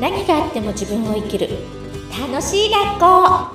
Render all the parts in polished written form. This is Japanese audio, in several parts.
何があっても自分を生きる楽しい学校。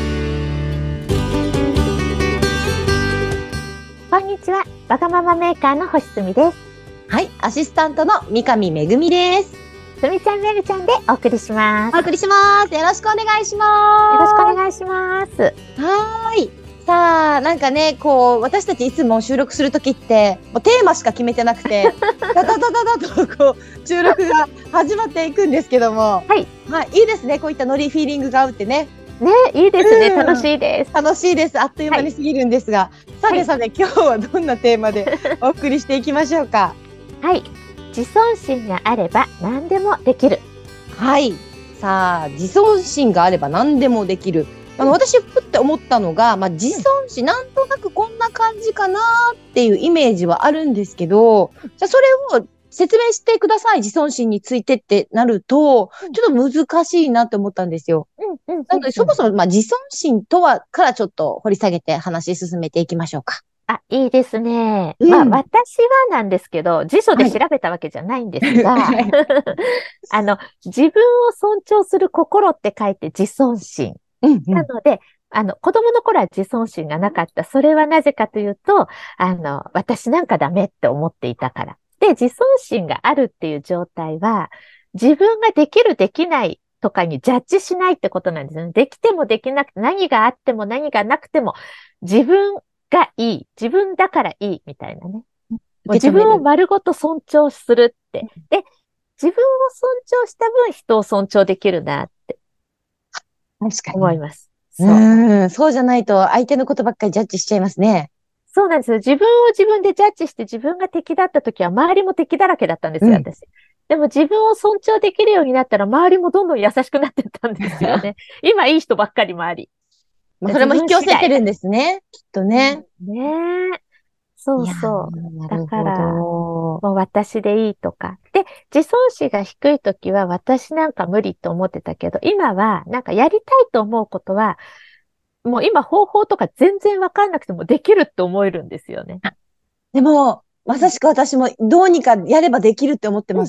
こんにちは、わがままメーカーの星澄です。 はい、アシスタントの三上めぐみです。 すみちゃん、めぐちゃんでお送りします。 お送りします。よろしくお願いします。 よろしくお願いします。 はーい。さあ、なんかね、私たちいつも収録するときって、もうテーマしか決めてなくて、ダダダダダと収録が始まっていくんですけども、 はい。 はい、いいですね。こういったノリフィーリングが合うってね。 ね、いいですね。楽しいです。 楽しいです。あっという間に過ぎるんですが、さて、今日はどんなテーマでお送りしていきましょうか。 はい。自尊心があれば何でもできる。 はい。さあ、自尊心があれば何でもできる。私、ふって思ったのが、自尊心、なんとなくこんな感じかなっていうイメージはあるんですけど、じゃあそれを説明してください。自尊心についてってなると、ちょっと難しいなって思ったんですよ。なので、そもそも、自尊心とは、からちょっと掘り下げて話進めていきましょうか。 あ、いいですね。 うん、 私はなんですけど、辞書で調べたわけじゃないんですが、自分を尊重する心って書いて自尊心。なので、子供の頃は自尊心がなかった。それはなぜかというと、私なんかダメって思っていたから。で、自尊心があるっていう状態は、自分ができる、できないとかにジャッジしないってことなんですよね。できてもできなくて、何があっても何がなくても、自分がいい。自分だからいい。みたいなね。もう自分を丸ごと尊重するって。で、自分を尊重した分人を尊重できるなって思います。 そうじゃないと相手のことばっかりジャッジしちゃいますね。 そうなんですよ。自分を自分でジャッジして自分が敵だった時は周りも敵だらけだったんですよ、私。でも自分を尊重できるようになったら周りもどんどん優しくなっていったんですよね。今いい人ばっかり周り。 それも引き寄せてるんですね。きっとね。 ねえ。そうそう。だから、 もう私でいいとか。で、自尊心が低い時は私なんか無理と思ってたけど、今はなんかやりたいと思うことは、もう今方法とか全然わかんなくてもできるって思えるんですよね。 でも、まさしく私もどうにかやればできるって思ってます。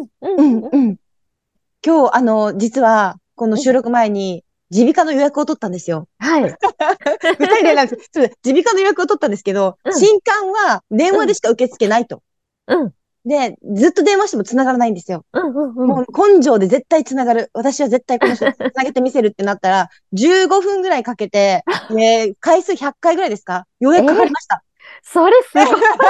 今日、実は、この収録前に、耳鼻科の予約を取ったんですよ。 はい。 具体例なんです。耳鼻科の予約を取ったんですけど、診断は電話でしか受け付けないと。で、ずっと電話しても繋がらないんですよ。もう根性で絶対繋がる。私は絶対この人繋げてみせるってなったら、15分ぐらいかけて、回数100回ぐらいですか？予約かかりました。 それすごい。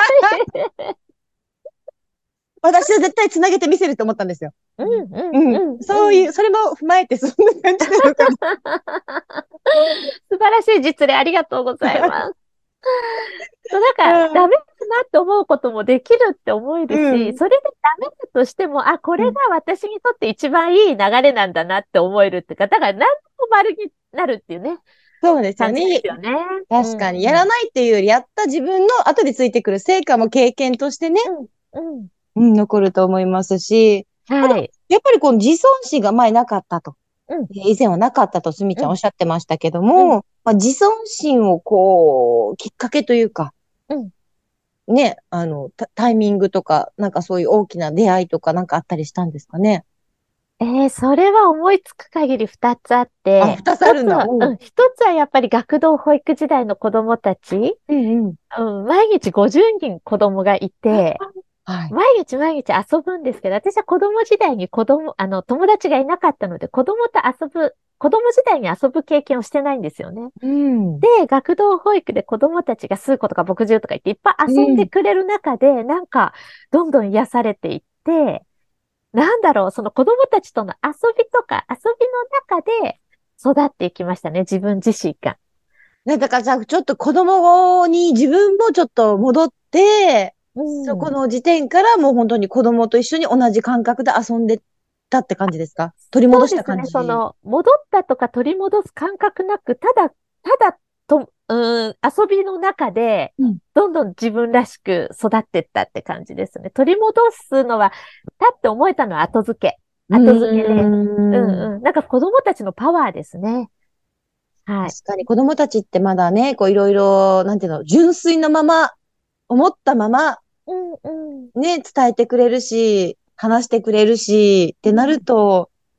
私は絶対繋げてみせると思ったんですよ。そういう、それも踏まえてそんな感じなのかな。 素晴らしい実例ありがとうございます。なんか、ダメだなって思うこともできるって思えるし、それでダメだとしても、あ、これが私にとって一番いい流れなんだなって思えるっていうか、だから何でも丸になるっていうね。 そうですよね。確かに。やらないっていうより、やった自分の後でついてくる成果も経験としてね、残ると思いますし、 はい。 やっぱりこの自尊心が前なかったと。以前はなかったとすみちゃんおっしゃってましたけども、自尊心をきっかけというか、ね、タイミングとか、なんかそういう大きな出会いとかなんかあったりしたんですかね。 それは思いつく限り二つあって、 二つあるんだ。 一つはやっぱり学童保育時代の子供たち、毎日50人子供がいて、毎日遊ぶんですけど、私は子供時代に友達がいなかったので、子供時代に遊ぶ経験をしてないんですよね。で、学童保育で子供たちが数個とか牧獣とか言っていっぱい遊んでくれる中で、なんか、どんどん癒されていって、なんだろう、その子供たちとの遊びとか、遊びの中で育っていきましたね、自分自身が。 だからさ、ちょっと子供に自分もちょっと戻って、そこの時点からもう本当に子供と一緒に同じ感覚で遊んでたって感じですか？取り戻した感じ？ そうですね、戻ったとか取り戻す感覚なく、ただ遊びの中で、どんどん自分らしく育っていったって感じですね。取り戻すのは、だって思えたのは後付け。後付けで。なんか子供たちのパワーですね。はい。 確かに子供たちってまだね、いろいろ、なんていうの、純粋なまま、思ったまま、ね、伝えてくれるし、話してくれるし、ってなると、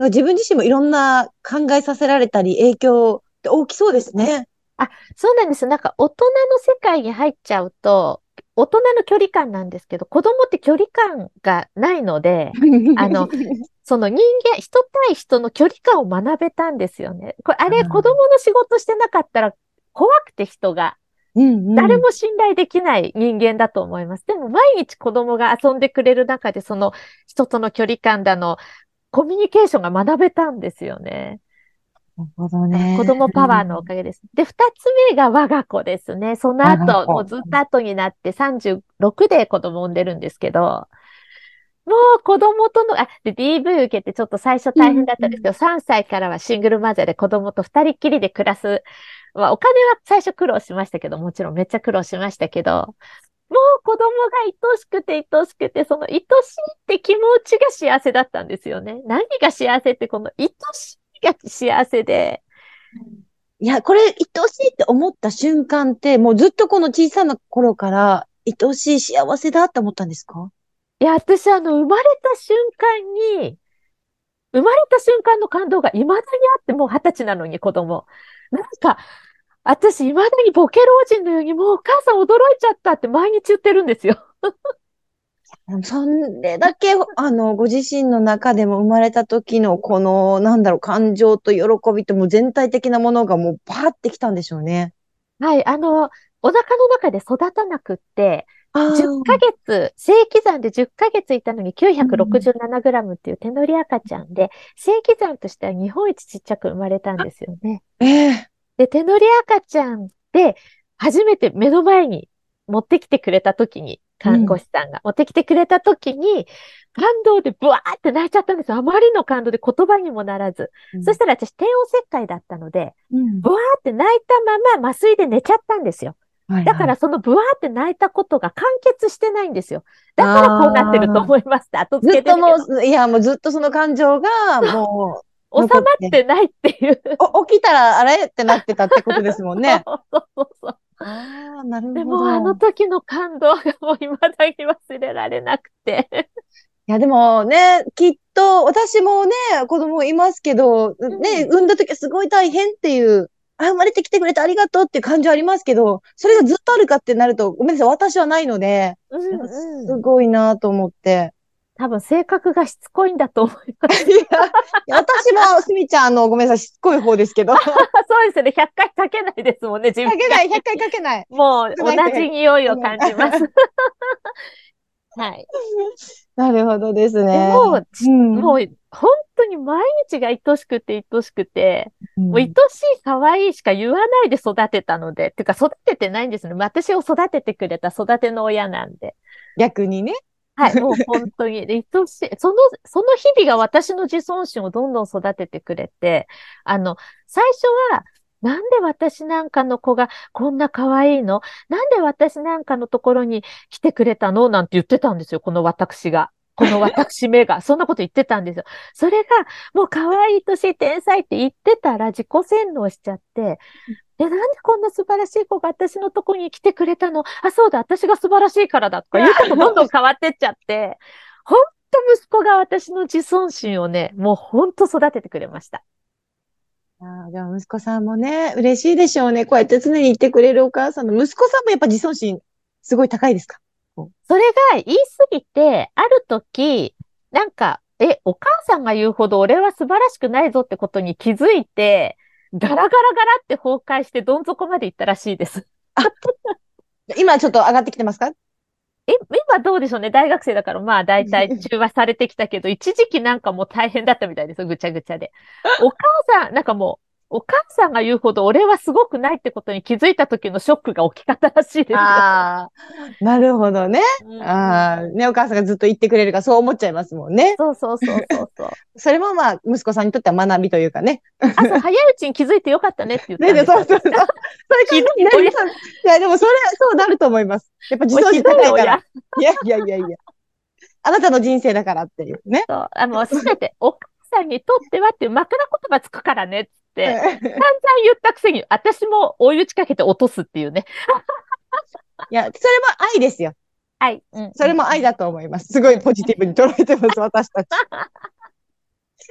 自分自身もいろんな考えさせられたり、影響って大きそうですね。 あ、そうなんです。なんか大人の世界に入っちゃうと、大人の距離感なんですけど、子供って距離感がないので、あの、その人間、人対人の距離感を学べたんですよね。これ、あれ、子供の仕事してなかったら怖くて人が。 うんうん。 誰も信頼できない人間だと思います。でも毎日子供が遊んでくれる中で、その人との距離感だの、コミュニケーションが学べたんですよね。 なるほど子ね。 供パワーのおかげです。で、二つ目が我が子ですね。その我が後、もう子。 ずっと後になって36で子供を産んでるんですけど、もう子供との、で、DV 受けてちょっと最初大変うんうん。 だったんですけど、3歳からはシングルマザーで子供と二人っきりで暮らす。まあ、お金は最初苦労しましたけど、もちろんめっちゃ苦労しましたけど、もう子供が愛しくて愛しくて、その愛しいって気持ちが幸せだったんですよね。何が幸せって、この愛しいが幸せで。 いや、これ、愛しいって思った瞬間って、もうずっとこの小さな頃から、愛しい幸せだって思ったんですか？ いや、私、生まれた瞬間に、生まれた瞬間の感動が未だにあって、もう20歳なのに子供。なんか、私、未だにボケ老人のように、もうお母さん驚いちゃったって毎日言ってるんですよ。 それだけ、ご自身の中でも生まれた時のこの、なんだろう、感情と喜びともう全体的なものがもうパーってきたんでしょうね。 はい、お腹の中で育たなくって、 あ 10ヶあ。 月、正規産で10ヶ月いたのにうん 967グラムっていう手乗り赤ちゃんで、正規産としては日本一ちっちゃく生まれたんですよね。 ええ。 で、手乗り赤ちゃんで、初めて目の前に持ってきてくれた時に、看護うん。 師さんが持ってきてくれた時に、感動でブワーって泣いちゃったんですよ。あまりの感動で言葉にもならず。 うん。 そしたら私、帝王切開だったので、 うん。 ブワーって泣いたまま麻酔で寝ちゃったんですよ。だかはいはい。 らそのブワーって泣いたことが完結してないんですよ。だからこうなってるとああ。 思いますって後ずっとも付けですけど、 う、いや、もうずっとその感情が、もう、 収まっ残って、 てないっていう。 起きたら、あれってなってたってことですもんね。 そうそうそう。 ああ、なるでも、あのほど。 時の感動がもう未だに忘れられなくて。 いや、でもね、きっと、私もね、子供いますけど、ね、 うん。 産んだ時はすごい大変っていう、あ、生まれてきてくれてありがとうっていう感情ありますけど、それがずっとあるかってなると、ごめんなさい、私はないので、 ういや、 んうん。 すごいなと思って。 多分性格がしつこいんだと思いまいす。 や、いや私も、すみちゃん、ごめんなさい、しつこい方ですけど、かそうですよね。100回かいかけないですもんね、自分が。 けない、100回かけない。 もう同少ない人が、 じ匂いをうん。 感じます。はい。 なるほどですでも、 ね。うん。 もう本当に毎日が愛しくて愛しくて、もう愛しうん。 い、可愛いしか言わないで育てたので、てか育ててないんですね。私を育ててくれた育ての親なんで。 逆にね。 はい、もう本当に、で愛しい。その日々が私の自尊心をどんどん育ててくれて、あの、最初は、なんで私なんかの子がこんな可愛いの？なんで私なんかのところに来てくれたのなんて言ってたんですよ、この私が。この私めが。そんなこと言ってたんですよ。それが、もう可愛い年天才って言ってたら自己洗脳しちゃって、なんでこんな素晴らしい子が私のとこに来てくれたの？あ、そうだ、私が素晴らしいからだとか言うことどんどん変わってっちゃって、ほんと息子が私の自尊心をね、もうほんと育ててくれました。 じゃあ、息子さんもね、嬉しいでしょうね。こうやって常に言ってくれるお母さんの、息子さんもやっぱ自尊心、すごい高いですか？こそれが言い過ぎて、ある時、なんか、お母さんが言うほど俺は素晴らしくないぞってことに気づいて、ガラガラガラって崩壊してどん底まで行ったらしいです。 今ちょっと上がってきてますか？ 今どうでしょうね。大学生だからまあ大体中和されてきたけど、一時期なんかもう大変だったみたいですよ。ぐちゃぐちゃで。お母さん、なんかもう、お母さんが言うほど俺はすごくないってことに気づいた時のショックが大きかったらしいですよ。 ああー、なるほどね。 うんうん。 ね、お母さんがずっと言ってくれるからそう思っちゃいますもんね。 そうそうそうそうそう。 それもまあ、息子さんにとっては学びというかね。 そう、早いうちに気づいてよかったねって言っね、で、 たんです、 そうそうそう。そういう私。 感ひどい、 じになります。いや、でもそれ、そうなると思います。やっぱ自尊心もうひどい高いから。 親。 いやいやいやいや。あなたの人生だからっていうね。 そう、もうすべて、お母さんにとってはっていう枕言葉つくからねっつって、散々言ったくせに、私も追い打ちかけて落とすっていうね。 いや、それも愛ですよ。 はい。うんそうんうん。 れも愛だと思います。すごいポジティブに捉えてます、私たち。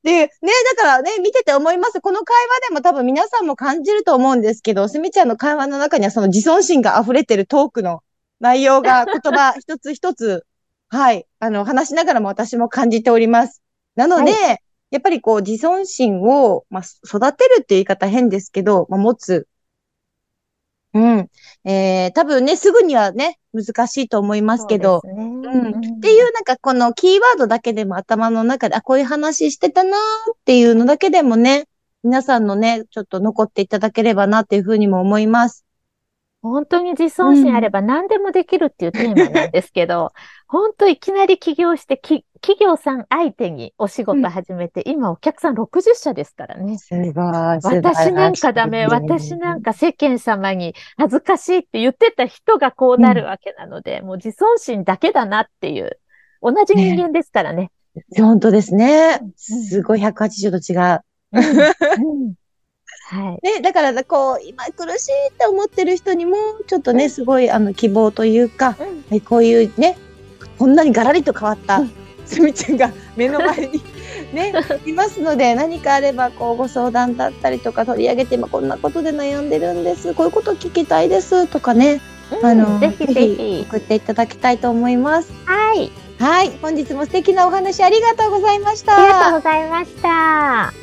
で、ね、だからね、見てて思います。この会話でも多分皆さんも感じると思うんですけど、すみちゃんの会話の中にはその自尊心が溢れてるトークの内容が言葉一つ一つ、はい、話しながらも私も感じております。なので、 はい。 やっぱりこう自尊心を、まあ、育てるっていう言い方変ですけど、まあ、持つ。うん。多分ね、すぐにはね、難しいと思いますけど、 そうですね。 うん。っていうん。 うなんかこのキーワードだけでも頭の中で、あ、こういう話してたなーっていうのだけでもね、皆さんのね、ちょっと残っていただければなっていうふうにも思います。 本当に自うん。 尊心あれば何でもできるっていうテーマなんですけど、本当いきなり起業して企業さん相手にお仕事うん。 始めて、今お客さん60社ですからね。 すごい、素晴私なんらしかダメ、私なんい。 か世間様に恥ずかしいって言ってた人がこううん。 なるわけなので、もう自尊心だけだなっていう、同じ人ね、 間ですからね。 本当ですね。 うん、うん、 すごい180度違う。 うん、うん。はい。 ね、だからこう、今苦しいって思ってる人にも、ちょっとね、 うん、 すごい希望というか、 うん、 はい、こういうね、こんなにガラリと変わったうん。 すみちゃんが目の前にね、いますので、何かあればこうご相談だったりとか取り上げて、今こんなことで悩んでるんです。こういうこと聞きたいですとかね、 うん、ぜひぜひぜひ。 送っていただきたいと思います。 はい。 はい、本日も素敵なお話ありがとうございましありがとうた。 ございました。